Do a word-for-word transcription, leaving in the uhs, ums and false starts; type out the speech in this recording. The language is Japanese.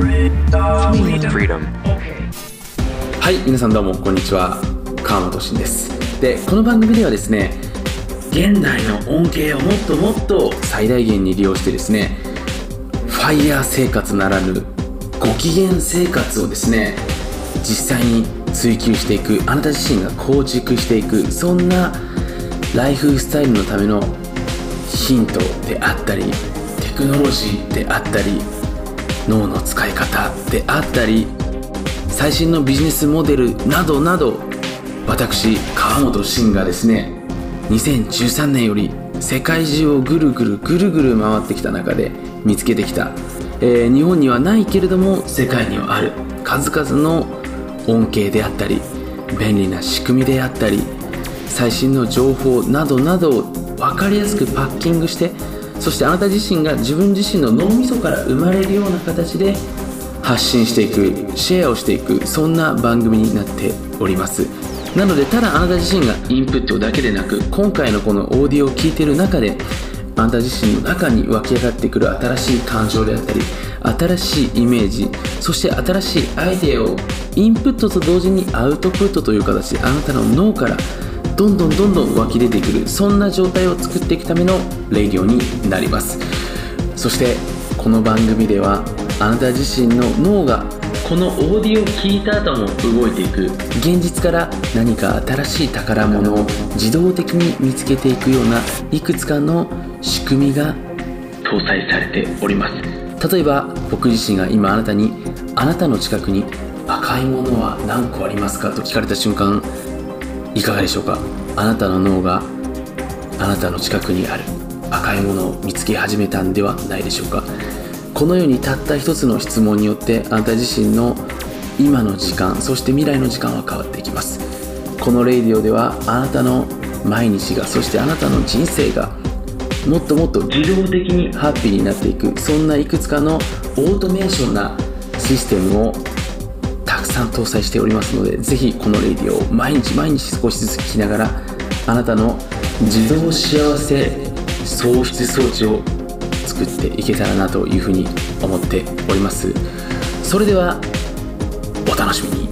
はい、皆さんどうもこんにちは、川本慎です。で、この番組ではですね、現代の恩恵をもっともっと最大限に利用してですね、ファイヤー生活ならぬご機嫌生活をですね、実際に追求していく、あなた自身が構築していく、そんなライフスタイルのためのヒントであったり、テクノロジーであったり、脳の使い方であったり、最新のビジネスモデルなどなど、私川本慎がですね、にせんじゅうさんねんより世界中をぐるぐるぐるぐる回ってきた中で見つけてきた、えー、日本にはないけれども世界にはある数々の恩恵であったり、便利な仕組みであったり、最新の情報などなどを分かりやすくパッキングして、そしてあなた自身が自分自身の脳みそから生まれるような形で発信していく、シェアをしていく、そんな番組になっております。なので、ただあなた自身がインプットだけでなく、今回のこのオーディオを聞いている中であなた自身の中に湧き上がってくる新しい感情であったり、新しいイメージ、そして新しいアイデアをインプットと同時にアウトプットという形であなたの脳からどんどんどんどん湧き出てくる、そんな状態を作っていくためのレイディオになります。そしてこの番組ではあなた自身の脳がこのオーディオを聞いた後も動いていく、現実から何か新しい宝物を自動的に見つけていくようないくつかの仕組みが搭載されております。例えば僕自身が今あなたに、あなたの近くに赤いものは何個ありますかと聞かれた瞬間、いかがでしょうか。あなたの脳があなたの近くにある赤いものを見つけ始めたんではないでしょうか。このようにたった一つの質問によってあなた自身の今の時間、そして未来の時間は変わっていきます。このレイディオではあなたの毎日が、そしてあなたの人生がもっともっと自動的にハッピーになっていく、そんないくつかのオートメーションなシステムをたくさん搭載しておりますので、ぜひこのレイディオを毎日毎日少しずつ聞きながら、あなたの自動幸せ創出装置を作っていけたらなというふうに思っております。それではお楽しみに。